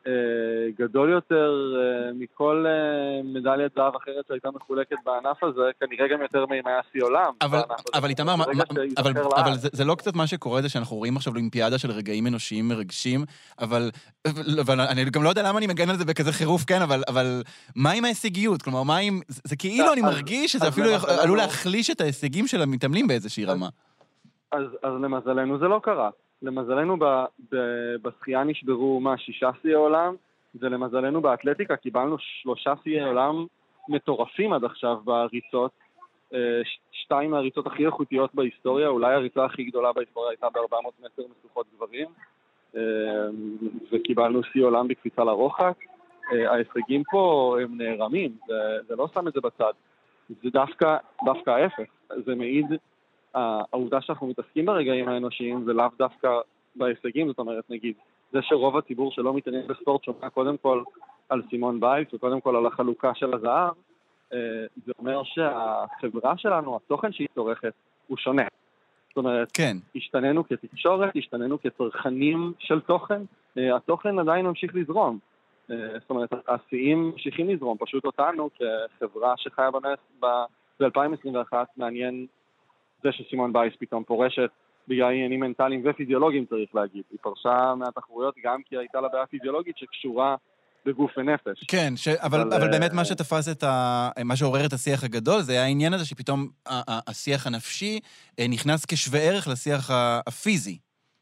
גדול יותר מכל מדליית זהב אחרת שהייתה מחולקת בענף הזה, כנראה גם יותר מימי השיא עולם. אבל איתמר, אבל זה לא קצת מה שקורה, זה שאנחנו רואים עכשיו אולימפיאדה של רגעים אנושיים מרגשים, אבל אני גם לא יודע למה אני מגן על זה בכזה חירוף, כן, אבל מה עם ההישגיות? כלומר, מה עם... זה כאילו אני מרגיש שזה אפילו עלול להחליש את ההישגים של המתאמנים באיזושהי רמה. אז למזלנו זה לא קרה. למזלנו בשחייה נשברו 6 שיאי עולם, ולמזלנו באתלטיקה קיבלנו 3 שיאי עולם מטורפים עד עכשיו בריצות, 2 מהריצות הכי איכותיות בהיסטוריה, אולי הריצה הכי גדולה בהיסטוריה הייתה ב-400 מטר משוכות גברים, וקיבלנו שיא עולם בקפיצה לרוחק. ההישגים פה הם נערמים, זה לא שם את זה בצד, זה דווקא ההפך, זה מעיד העובדה שאנחנו מתעסקים ברגעים האנושיים זה לאו דווקא בהישגים, זאת אומרת, נגיד, זה שרוב הציבור שלא מתעניין בספורט שומע קודם כל על סימון בייס וקודם כל על החלוקה של הזהב, זה אומר שהחברה שלנו, התוכן שהיא צורכת, הוא שונה. זאת אומרת, כן. השתננו כתקשורת, השתננו כצרכנים של תוכן, התוכן עדיין ממשיך לזרום. זאת אומרת, השיאים ממשיכים לזרום, פשוט אותנו כחברה שחיה ב-2021 מעניין זה שסימון בייס פתאום פורשת בגלל עניינים מנטליים ופיזיולוגיים, צריך להגיד. היא פרשה מהתחרויות גם כי הייתה לה בעיה פיזיולוגית שקשורה בגוף ונפש. כן, אבל באמת מה שתפס מה שעורר את השיח הגדול, זה היה העניין הזה שפתאום השיח הנפשי נכנס כשווה ערך לשיח הפיזי.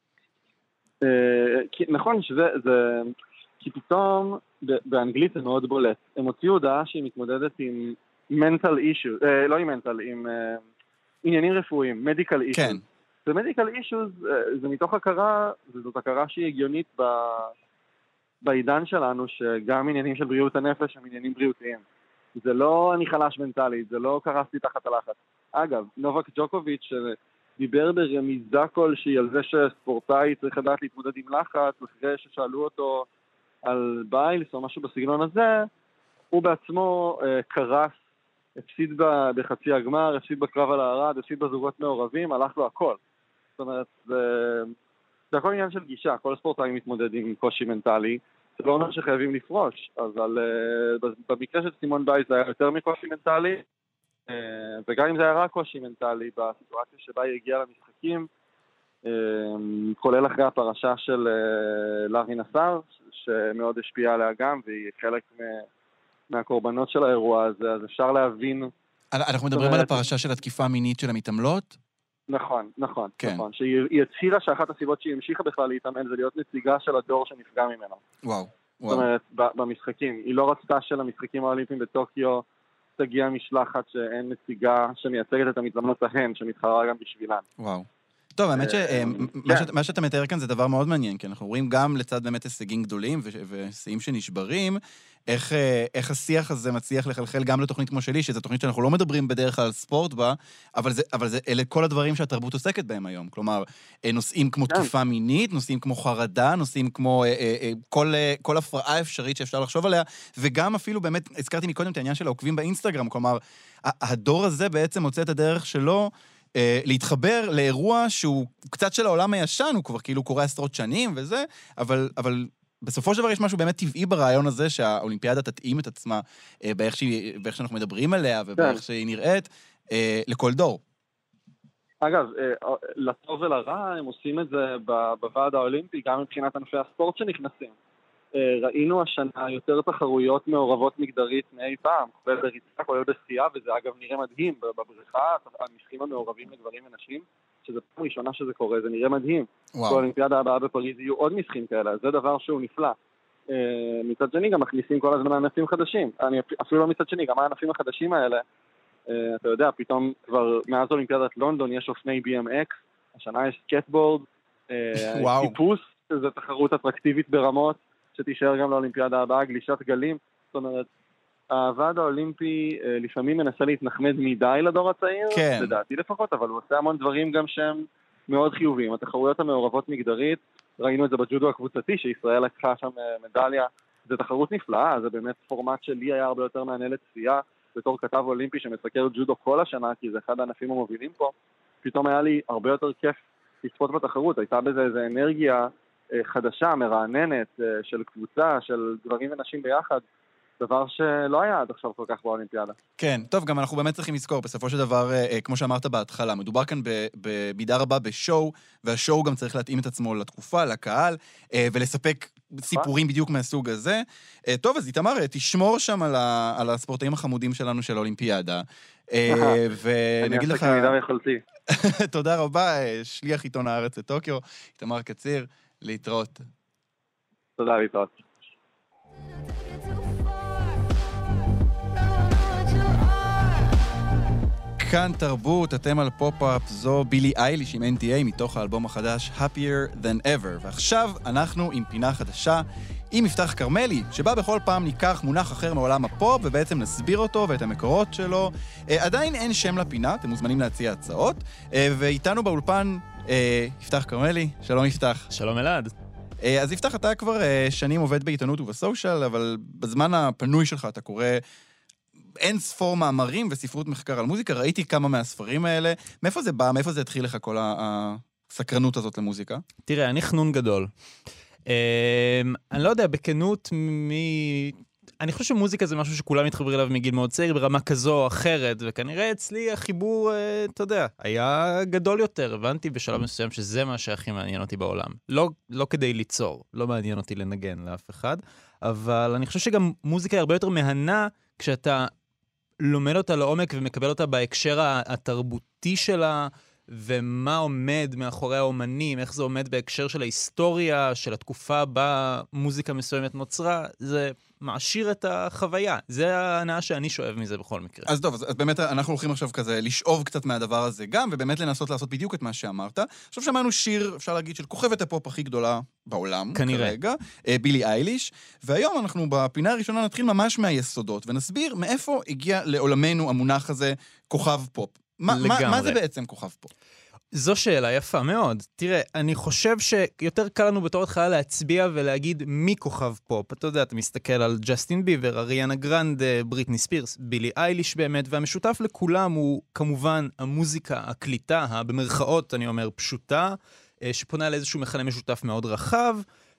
נכון, כי פתאום באנגלית זה מאוד בולט. הם הוציאו הודעה שהיא מתמודדת עם mental issues, לא עם mental, עם עניינים רפואיים, medical issues. כן. ו-medical issues זה מתוך הכרה, זאת הכרה שהיא הגיונית בעידן שלנו, שגם עניינים של בריאות הנפש הם עניינים בריאותיים. זה לא אני חלש מנטלית, זה לא קרסתי תחת הלחץ. אגב, נובק ג'וקוביץ' דיבר ברמיזה כלשהי על זה שספורטאי צריך לדעת להתמודד עם לחץ, אחרי ששאלו אותו על ביילס או משהו בסגנון הזה, הוא בעצמו קרס, הפסיד בחצי הגמר, הפסיד בקרב על הערד, הפסיד בזוגות מעורבים, הלך לו הכל. זאת אומרת, זה הכל עניין של גישה, כל ספורטאי מתמודד עם קושי מנטלי, זה לא אומר שחייבים לפרוש, אבל במקרה של סימון בייס זה היה יותר מקושי מנטלי, וגם אם זה היה רק קושי מנטלי, בסיטואציה שבה היא הגיעה למשחקים, כולל אחרי הפרשה של לארי נסאר, שמאוד השפיעה עליה גם, והיא חלק מהקורבנות של האירוע הזה, אז אפשר להבין... אנחנו מדברים על הפרשה של התקיפה המינית של המתעמלות? נכון, שהיא הצהירה שאחת הסיבות שהיא המשיכה בכלל להתאמן זה להיות נציגה של הדור שנפגע ממנו. וואו. זאת אומרת, במשחקים. היא לא רצתה של המשחקים האולימפיים בטוקיו תגיע משלחת שאין נציגה שמייצגת את המתאמנות ההן, שמתחרה גם בשבילן. וואו. טוב, האמת שמה שאתה מתאר כאן זה דבר מאוד מעניין, כי אנחנו רואים גם לצד באמת הישגים גדולים ושיאים שנשברים, איך השיח הזה מצליח לחלחל גם לתוכנית כמו שלי, שזו תוכנית שאנחנו לא מדברים בדרך כלל על ספורט בה, אבל אלה כל הדברים שהתרבות עוסקת בהם היום. כלומר, נושאים כמו תקיפה מינית, נושאים כמו חרדה, נושאים כמו כל הפרעה אפשרית שאפשר לחשוב עליה, וגם אפילו באמת, הזכרתי מקודם את העניין של העוקבים באינסטגרם, כלומר, הדור הזה בעצם מוצא את הדרך שלו להתחבר לאירוע שהוא קצת של העולם הישן, הוא כבר כאילו קורה עשרות שנים וזה, אבל בסופו של דבר יש משהו באמת טבעי ברעיון הזה שהאולימפיאדה תתאים את עצמה באיך שאנחנו מדברים עליה ובאיך שהיא נראית לכל דור. אגב, לטוב ולרע הם עושים את זה בוועד האולימפי, גם מבחינת ענפי הספורט שנכנסים. ראינו השנה יותר תחרויות מעורבות מגדרית מאי פעם, כולל בריצה, כולל בשחייה, וזה אגב נראה מדהים בבריכה, המשחקים המעורבים לגברים ונשים, שזה פעם ראשונה שזה קורה, זה נראה מדהים. באולימפיאדה הבאה בפריז יהיו עוד משחקים כאלה, זה דבר שהוא נפלא. מצד שני גם מכניסים כל הזמן ענפים חדשים, אפילו לא מצד שני, גם הענפים החדשים האלה, אתה יודע, פתאום כבר מאז אולימפיאדת לונדון יש אופני BMX, השנה יש סקטבורד, טיפוס, שזו תחרות אטרקטיבית ברמות, שתישאר גם לאולימפיאדה הבאה, גלישת גלים. זאת אומרת, הוועד האולימפי לפעמים מנסה להתנחמד מדי לדור הצעיר, כן. לדעתי לפחות, אבל הוא עושה המון דברים גם שהם מאוד חיוביים. התחרויות המעורבות מגדרית, ראינו את זה בג'ודו הקבוצתי, שישראל לקחה שם מדליה, זה תחרות נפלאה, זה באמת פורמט שלי היה הרבה יותר מענה לצפייה, בתור כתב אולימפי שמסקר ג'ודו כל השנה, כי זה אחד הענפים המובילים פה, פתאום היה לי הרבה יותר כיף לצפות בתחרות, הייתה בזה איזו אנרגיה חדשה, מרעננת, של קבוצה, של גברים ונשים ביחד, דבר שלא היה עד עכשיו כל כך באולימפיאדה. כן, טוב, גם אנחנו באמת צריכים לזכור, בסופו של דבר, כמו שאמרת בהתחלה, מדובר כאן במידה רבה בשואו, והשואו גם צריך להתאים את עצמו לתקופה, לקהל, ולספק סיפורים בדיוק מהסוג הזה. טוב, אז איתמר, תשמור שם על הספורטאים החמודים שלנו של האולימפיאדה, ונגיד לך... אני אעשה כמידה ויכולתי. תודה רבה, שליח עיתון הארץ לטוקיו, איתמר קציר, להתראות. תודה, להתראות. כאן תרבות, אתם על פופ-אפ, זו בילי אייליש עם NTA מתוך האלבום החדש Happier Than Ever. ועכשיו אנחנו עם פינה חדשה עם מפתח קרמלי, שבה בכל פעם ניקח מונח אחר מעולם הפופ ובעצם נסביר אותו ואת המקורות שלו. עדיין אין שם לפינה, אתם מוזמנים להציע הצעות. ואיתנו באולפן מפתח קרמלי. שלום מפתח. שלום אלעד. אז מפתח, אתה כבר שנים עובד בעיתונות ובסושיאל, אבל בזמן הפנוי שלך אתה קורא אין ספור מאמרים וספרות מחקר על מוזיקה, ראיתי כמה מהספרים האלה. מאיפה זה בא? מאיפה זה התחיל לך כל הסקרנות הזאת למוזיקה? תראה, אני חנון גדול. אני לא יודע, בכנות אני חושב שמוזיקה זה משהו שכולם מתחברים אליו מגיל מאוד צעיר, ברמה כזו או אחרת, וכנראה אצלי החיבור, אתה יודע, היה גדול יותר. הבנתי בשלב מסוים שזה מה שהכי מעניין אותי בעולם. לא כדי ליצור, לא מעניין אותי לנגן לאף אחד, אבל אני חושב שגם מוזיקה הרבה יותר מהנה כשאתה לומד אותה לעומק ומקבל אותה בהקשר התרבותי שלה, ומה עומד מאחורי האומנים, איך זה עומד בהקשר של ההיסטוריה, של התקופה בה מוזיקה מסוימת נוצרה, זה מעשיר את החוויה. זה ההנאה שאני שואב מזה בכל מקרה. אז טוב, אז באמת אנחנו הולכים עכשיו כזה לשאוב קצת מהדבר הזה גם, ובאמת לנסות לעשות בדיוק את מה שאמרת. עכשיו שמענו שיר, אפשר להגיד, של כוכבת הפופ הכי גדולה בעולם, כנראה. כרגע, בילי אייליש, והיום אנחנו בפינה הראשונה נתחיל ממש מהיסודות, ונסביר מאיפה הגיע לעולמנו המונח הזה כוכב פופ. מה זה בעצם כוכב פופ? זו שאלה יפה מאוד. תראה, אני חושב שיותר קל לנו בתור התחלה להצביע ולהגיד מי כוכב פופ. אתה יודע, אתה מסתכל על ג'סטין ביבר, אריאנה גרנד, בריטני ספירס, בילי אייליש באמת, והמשותף לכולם הוא כמובן המוזיקה, הקליטה, במרכאות, אני אומר, פשוטה, שפונה לאיזשהו מכנה משותף מאוד רחב,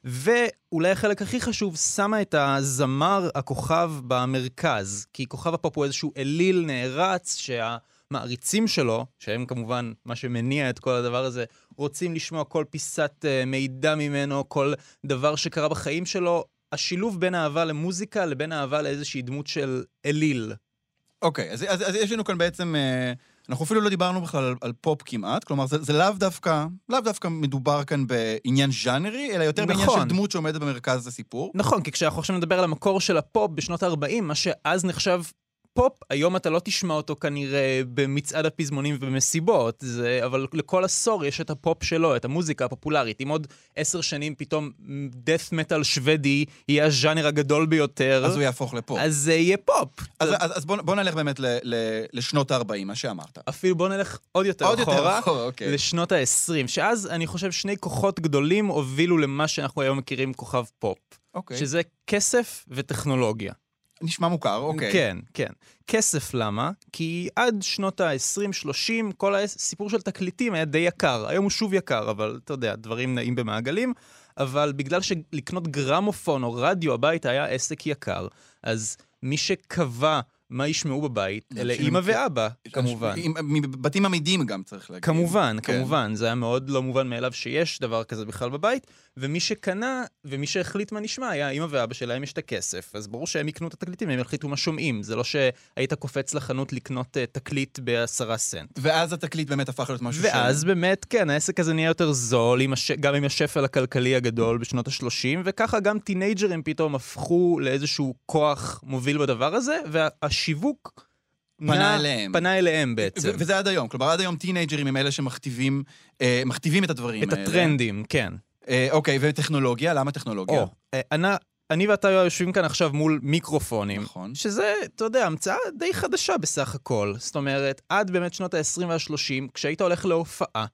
ואולי החלק הכי חשוב, שמה את הזמר הכוכב במרכז, כי כוכב הפופ הוא איזשהו אליל נערץ מעריצים שלו, שהם כמובן מה שמניע את כל הדבר הזה, רוצים לשמוע כל פיסת מידע ממנו, כל דבר שקרה בחיים שלו, השילוב בין אהבה למוזיקה לבין אהבה לאיזושהי דמות של אליל. אוקיי, אז יש לנו כאן בעצם, אנחנו אפילו לא דיברנו בכלל על פופ כמעט, כלומר זה לאו דווקא מדובר כאן בעניין ז'אנרי, אלא יותר בעניין של דמות שעומדת במרכז הסיפור. נכון, כי כשאנחנו עכשיו נדבר על המקור של הפופ בשנות ה-40, מה שאז נחשב פופ, היום אתה לא תשמע אותו כנראה במצעד הפזמונים ובמסיבות, אבל לכל עשור יש את הפופ שלו, את המוזיקה הפופולרית. אם עוד 10 שנים פתאום דף מטל שוודי יהיה הז'אנר הגדול ביותר, אז הוא יהפוך לפופ. אז זה יהיה פופ. אז בוא נלך באמת לשנות ה-40, מה שאמרת. אפילו בוא נלך עוד יותר אחורה, אוקיי. לשנות ה-20, שאז אני חושב שני כוחות גדולים הובילו למה שאנחנו היום מכירים כוכב פופ. אוקיי. שזה כסף וטכנולוגיה. נשמע מוכר, אוקיי. כן, כן. כסף למה? כי עד שנות ה-20-30, כל הסיפור של תקליטים היה די יקר. היום הוא שוב יקר, אבל אתה יודע, דברים נעים במעגלים. אבל בגלל שלקנות גרמופון או רדיו הביתה היה עסק יקר, אז מי שקבע מה ישמעו בבית, אלה אמא ואבא, כמובן. מבתים עמידים גם צריך להגיד. כמובן, כמובן. זה היה מאוד לא מובן מאליו שיש דבר כזה בכלל בבית, ומי שקנה ומי שהחליט מה נשמע היה אמא ואבא שלהם יש את הכסף, אז ברור שהם יקנו את התקליטים, הם יחליטו מה שומעים. זה לא שהיית קופץ לחנות לקנות תקליט ב10 סנט. ואז התקליט באמת הפך להיות משהו ואז באמת, כן, העסק הזה נהיה יותר זול, גם עם השפל הכלכלי הגדול בשנות ה-30, וככה גם טינג'רים פתאום הפכו לאיזשהו כוח מוביל בדבר הזה, והשיווק פנה אליהם בעצם. וזה עד היום, כלומר עד היום טינג'רים הם אלה שמכתיבים את הדברים האלה. את הטרנדים, כן. אוקיי, וטכנולוגיה? למה טכנולוגיה? אני ואתה יושבים כאן עכשיו מול מיקרופונים, נכון. שזה, אתה יודע, המצאה די חדשה בסך הכל. זאת אומרת, עד באמת שנות ה-20 וה-30, כשהיית הולך להופעה,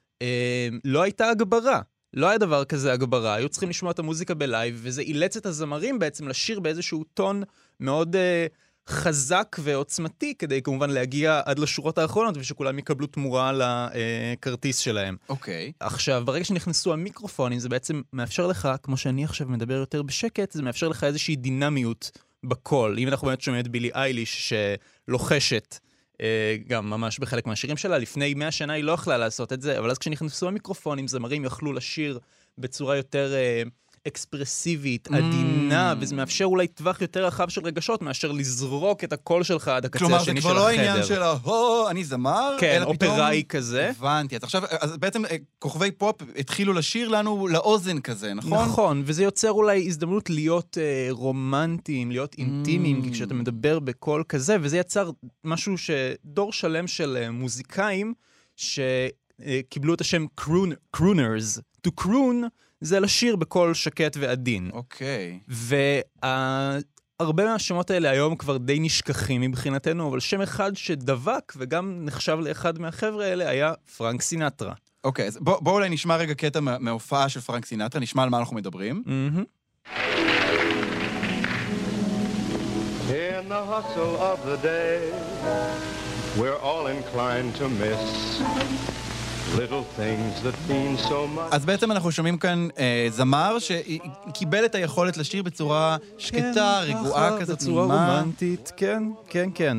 לא הייתה הגברה. לא היה דבר כזה הגברה, היו צריכים לשמוע את המוזיקה בלייב, וזה אילץ את הזמרים בעצם לשיר באיזשהו טון מאוד חזק ועוצמתי, כדי כמובן להגיע עד לשורות האחרונות, ושכולם יקבלו תמורה לכרטיס שלהם. אוקיי. עכשיו, ברגע שנכנסו המיקרופונים, זה בעצם מאפשר לך, כמו שאני עכשיו מדבר יותר בשקט, זה מאפשר לך איזושהי דינמיות בקול. אם אנחנו באמת שומעים את בילי אייליש, שלוחשת גם ממש בחלק מהשירים שלה, לפני 100 שנה היא לא יכלה לעשות את זה, אבל אז כשנכנסו המיקרופונים, זמרים יכלו לשיר בצורה יותר אקספרסיבית, עדינה, וזה מאפשר אולי טווח יותר רחב של רגשות, מאשר לזרוק את הקול שלך עד הקצה השני של החדר. כלומר, זה כבר לא העניין של אני זמר, כן, אופראי כזה. הבנתי. אז בעצם כוכבי פופ התחילו לשיר לנו לאוזן כזה, נכון? נכון, וזה יוצר אולי הזדמנות להיות רומנטיים, להיות אינטימיים, כי כשאתה מדבר בקול כזה, וזה יצר משהו שדור שלם של מוזיקאים, שקיבלו את השם crooners. To croon זה לשיר בקול שקט ועדין. אוקיי. והרבה מהשמות האלה היום כבר די נשכחים מבחינתנו, אבל שם אחד שדבק וגם נחשב לאחד מהחבר'ה האלה היה פרנק סינטרה. אוקיי, אז בואו אולי נשמע רגע קטע מההופעה של פרנק סינטרה, נשמע על מה אנחנו מדברים. In the hustle of the day, we're all inclined to miss little things that mean so much. אז בעצם אנחנו שומעים כאן זמר שקיבל את היכולת לשיר בצורה שקטה, רגועה כזאת, בצורה רומנטית, כן.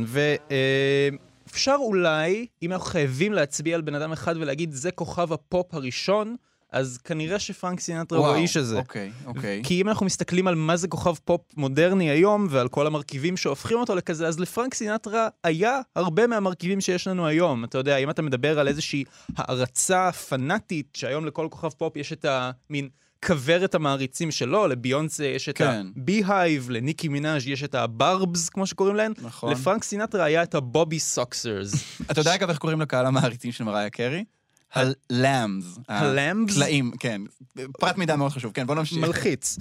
ואפשר אולי, אם אנחנו חייבים להצביע על בן אדם אחד ולהגיד, זה כוכב הפופ הראשון, אז כנראה שפרנק סינטרה הוא האיש הזה. אוקיי. כי אם אנחנו מסתכלים על מה זה כוכב פופ מודרני היום, ועל כל המרכיבים שהופכים אותו לכזה, אז לפרנק סינטרה היה הרבה מהמרכיבים שיש לנו היום. אתה יודע, אם אתה מדבר על איזושהי הערצה פנאטית, שהיום לכל כוכב פופ יש את המין כברת המעריצים שלו, לביונסה יש את הבי-הייב, לניקי מינאז' יש את הברבס, כמו שקוראים להן. נכון. לפרנק סינטרה היה את הבובי סוקסרס. אתה יודע אגב איך קוראים לקהל המעריצים של מריה קרי? הלאמס. הלאמס? קלעים, כן. פרט מידע מאוד חשוב, כן, בוא נמשיך. מלחיץ.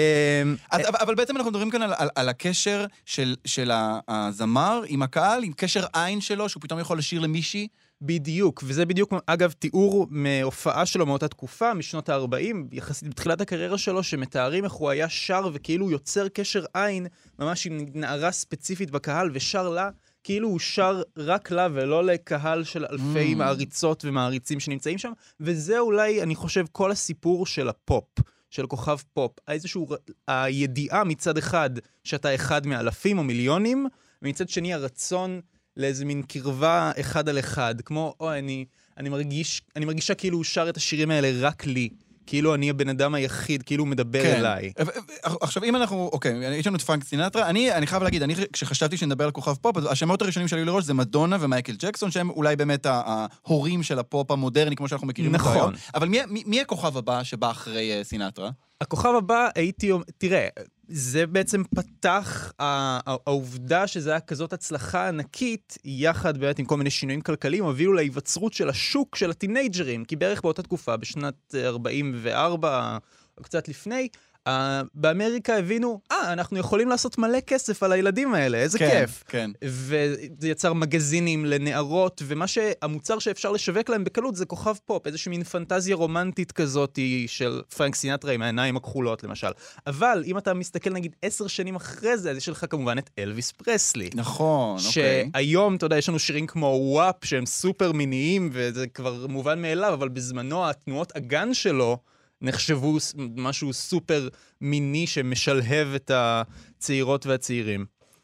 אבל בעצם אנחנו מדברים כאן על הקשר של הזמר עם הקהל, עם קשר עין שלו, שהוא פתאום יכול לשיר למישהי. בדיוק, וזה בדיוק, אגב, תיאור מהופעה שלו מאותה תקופה, משנות ה-40, יחסית בתחילת הקריירה שלו, שמתארים איך הוא היה שר וכאילו יוצר קשר עין, ממש עם נערה ספציפית בקהל, ושר לה, כאילו הוא שר רק לה ולא לקהל של אלפי מעריצות ומעריצים שנמצאים שם, וזה אולי, אני חושב, כל הסיפור של הפופ, של כוכב פופ, איזשהו, הידיעה מצד אחד שאתה אחד מאלפים או מיליונים, ומצד שני הרצון לאיזה מין קרבה אחד על אחד, כמו, אני מרגישה כאילו הוא שר את השירים האלה רק לי, כאילו אני הבן אדם היחיד, כאילו הוא מדבר אליי. עכשיו, אם אנחנו, אוקיי, יש לנו את פרנק סינטרה, אני חייב להגיד, כשחשבתי שנדבר על כוכב פופ, השמות הראשונים שלי לראש זה מדונה ומייקל ג'קסון, שהם אולי באמת ההורים של הפופ המודרני, כמו שאנחנו מכירים אותו היום. אבל מי הכוכב הבא שבא אחרי סינטרה? הכוכב הבא, תראה, זה בעצם פתח, העובדה שזה היה כזאת הצלחה ענקית, יחד באמת עם כל מיני שינויים כלכליים, הובילו להיווצרות של השוק של הטינג'רים, כי בערך באותה תקופה, בשנת 44, או קצת לפני, באמריקה הבינו, אנחנו יכולים לעשות מלא כסף על הילדים האלה, איזה כיף. כן. וזה יצר מגזינים לנערות, ומה שהמוצר שאפשר לשווק להם בקלות זה כוכב פופ, איזושהי מין פנטזיה רומנטית כזאת של פרנק סינטרה עם העיניים הכחולות למשל. אבל אם אתה מסתכל נגיד 10 שנים אחרי זה, אז יש לך כמובן את אלוויס פרסלי. נכון, אוקיי. שהיום, אתה יודע, יש לנו שירים כמו וואפ, שהם סופר מיניים, וזה כבר מובן מאליו, אבל בזמנו התנועות אגן שלו, נחשבו משהו סופר מיני שמשלהב את הצעירות והצעירים.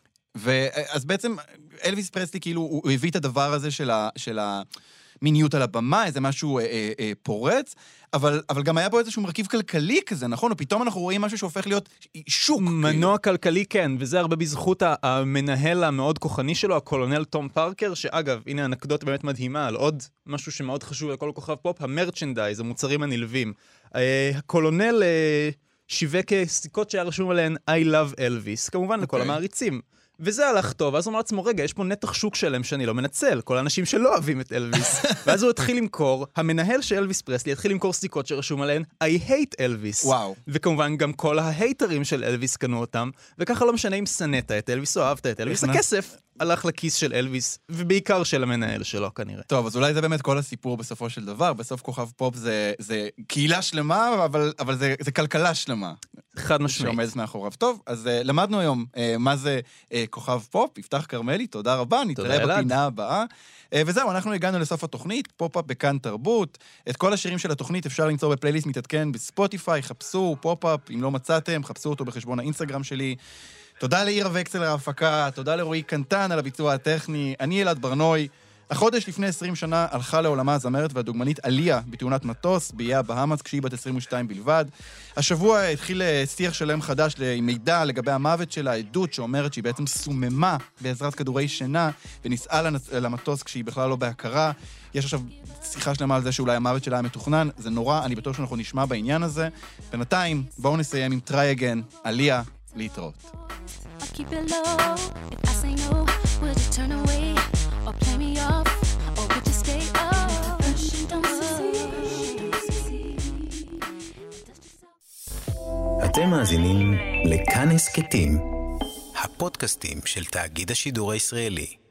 אז בעצם אלוויס פרסלי כאילו הוא הביא את הדבר הזה של המיניות על הבמה, איזה משהו פורץ, אבל גם היה בו איזשהו מרכיב כלכלי כזה, נכון? ופתאום אנחנו רואים משהו שהופך להיות שוק. מנוע כלכלי, כן, וזה הרבה בזכות המנהל המאוד כוחני שלו, הקולונל תום פארקר, שאגב, הנה אנקדוטה באמת מדהימה, על עוד משהו שמאוד חשוב לכל כוכב פופ, המרצ'נדייז, המוצרים הנלווים. הקולונל שיווק סיכות שהיה רשום עליהן I love Elvis, כמובן לכל המעריצים. וזה הלך טוב, ואז הוא אמר לעצמו, רגע, יש פה נתח שוק שלם שאני לא מנצל, כל האנשים שלא אוהבים את אלוויס. ואז הוא התחיל למכור, המנהל של אלוויס פרסלי התחיל למכור סיכות שרשום עליהן I hate Elvis. וואו. וכמובן גם כל ההייטרים של אלוויס קנו אותם, וככה לא משנה אם שנאת את אלוויס או אהבת את אלוויס, הכסף הלך לכיס של אלוויס, ובעיקר של המנהל שלו כנראה. טוב, אז אולי זה באמת כל הסיפור בסופו של דבר, בסוף כוכב פופ זה קהילה שלמה, אבל זה כלכלה שלמה. חד משמעית. שעומד מאחוריו. טוב, אז למדנו היום מה זה כוכב פופ. יפתח קרמלי, תודה רבה, נתראה בפינה הבאה. וזהו, אנחנו הגענו לסוף התוכנית, פופ-אפ בכאן תרבות. את כל השירים של התוכנית אפשר למצוא בפלייליסט מתעדכן בספוטיפיי, חפשו פופ-אפ, אם לא מצאתם, חפשו אותו בחשבון האינסטגרם שלי. תודה לאירה וקסל ההפקה, תודה לרועי קנטן על הביצוע הטכני, אני אלעד ברנוי. החודש לפני 20 שנה הלכה לעולמה הזמרת והדוגמנית עליה בתאונת מטוס באיי הבהאמאס כשהיא בת 22 בלבד. השבוע התחיל שיח שלם חדש למידע לגבי המוות שלה, עדות שאומרת שהיא בעצם סוממה בעזרת כדורי שינה וניסעה למטוס כשהיא בכלל לא בהכרה. יש עכשיו שיחה שלמה על זה שאולי המוות שלה היה מתוכנן, זה נורא, אני בטוח שאנחנו נשמע בעניין הזה. בינתיים, בואו נסיים עם Try Again, עליה, להתראות. Keep it low. If I say no, would you turn away or play me off, or would you stay up? Don't אתם מאזינים לכאן הסכתים, הפודקאסטים של תאגיד השידור הישראלי.